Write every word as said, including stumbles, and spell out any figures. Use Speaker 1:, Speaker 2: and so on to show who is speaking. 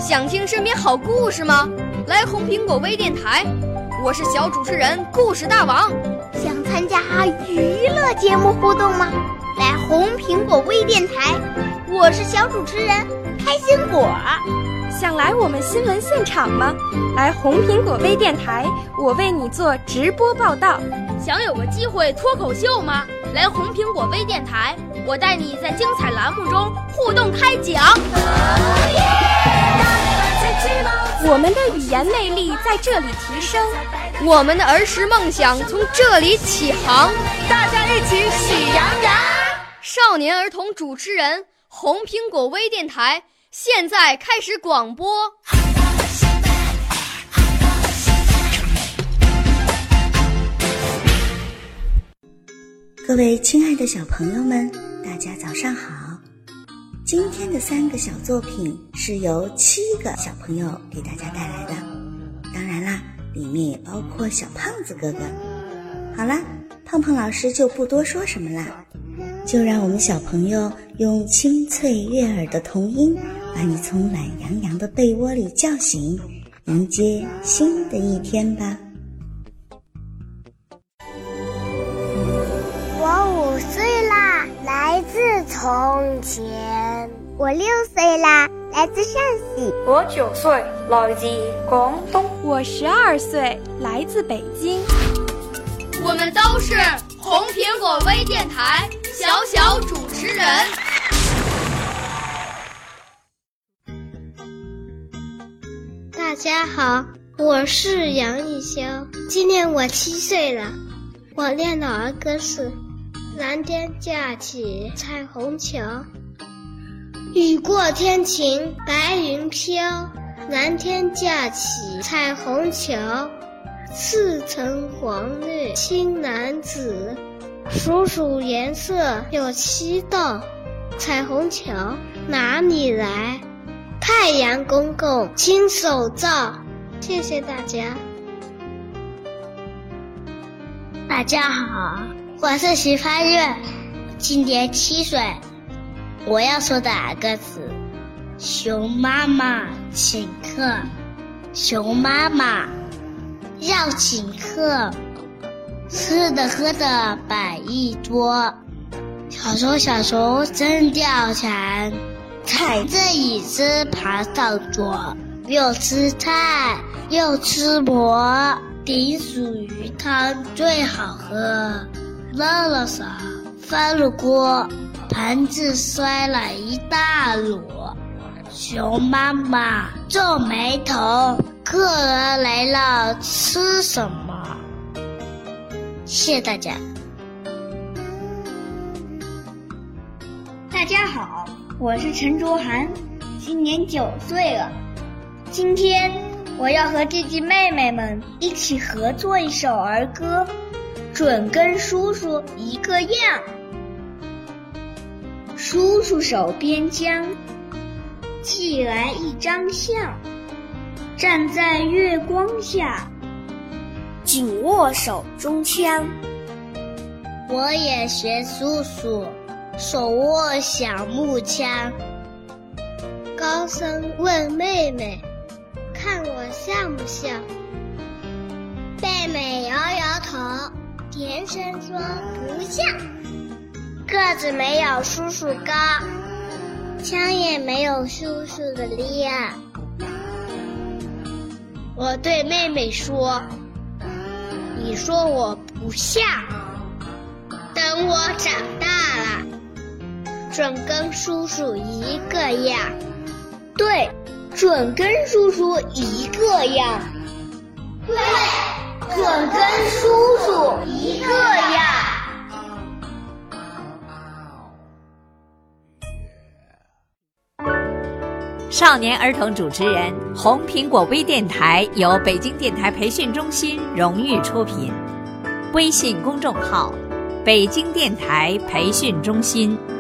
Speaker 1: 想听身边好故事吗？来红苹果微电台，我是小主持人故事大王。
Speaker 2: 想参加娱乐节目互动吗？来红苹果微电台，我是小主持人开心果。
Speaker 3: 想来我们新闻现场吗？来红苹果微电台，我为你做直播报道。
Speaker 1: 想有个机会脱口秀吗？来红苹果微电台，我带你在精彩栏目中互动开讲。
Speaker 3: 我们的语言魅力在这里提升，
Speaker 1: 我们的儿时梦想从这里起航。
Speaker 4: 大家一起喜羊羊。
Speaker 1: 少年儿童主持人，红苹果微电台现在开始广播。
Speaker 5: 各位亲爱的小朋友们，大家早上好。今天的三个小作品是由七个小朋友给大家带来的，当然啦，里面也包括小胖子哥哥。好啦，胖胖老师就不多说什么啦，就让我们小朋友用清脆悦耳的童音，把你从懒洋洋的被窝里叫醒，迎接新的一天吧。
Speaker 2: 我五岁啦，来自从前。我六岁啦，来自陕西。
Speaker 4: 我九岁，来自广东。
Speaker 3: 我十二岁，来自北京。
Speaker 1: 我们都是红苹果微电台小小主持人。
Speaker 6: 大家好，我是杨艺潇，今年我七岁了。我练的儿歌是蓝天架起彩虹桥，雨过天晴白云飘，蓝天架起彩虹桥，赤橙黄绿青蓝紫，数数颜色有七道，彩虹桥哪里来？太阳公公亲手造。谢谢大家。
Speaker 7: 大家好，我是徐帆月，今年七岁。我要说的儿歌是熊妈妈请客，熊妈妈要请客，吃的喝的摆一桌，小熊小熊真掉馋，踩着椅子爬上桌，又吃菜又吃馍，顶薯鱼汤最好喝，热了手翻了锅，盘子摔了一大摞。熊妈妈皱眉头，客人来了吃什么？谢谢大家。
Speaker 8: 大家好，我是陈卓涵，今年九岁了。今天我要和弟弟妹妹们一起合作一首儿歌，准跟叔叔一个样。叔叔手边将寄来一张相，站在月光下，紧握手中枪。
Speaker 7: 我也学叔叔，手握小木枪，
Speaker 6: 高声问妹妹，看我像不像？
Speaker 2: 妹妹摇摇头，
Speaker 6: 甜声说不像。个子没有叔叔高，枪也没有叔叔的厉害。
Speaker 8: 我对妹妹说，你说我不像，等我长大了，准跟叔叔一个样。对，准跟叔叔一个样。
Speaker 6: 对，
Speaker 8: 准跟叔叔一个样。
Speaker 9: 少年儿童主持人，红苹果微电台由北京电台培训中心荣誉出品，微信公众号：北京电台培训中心。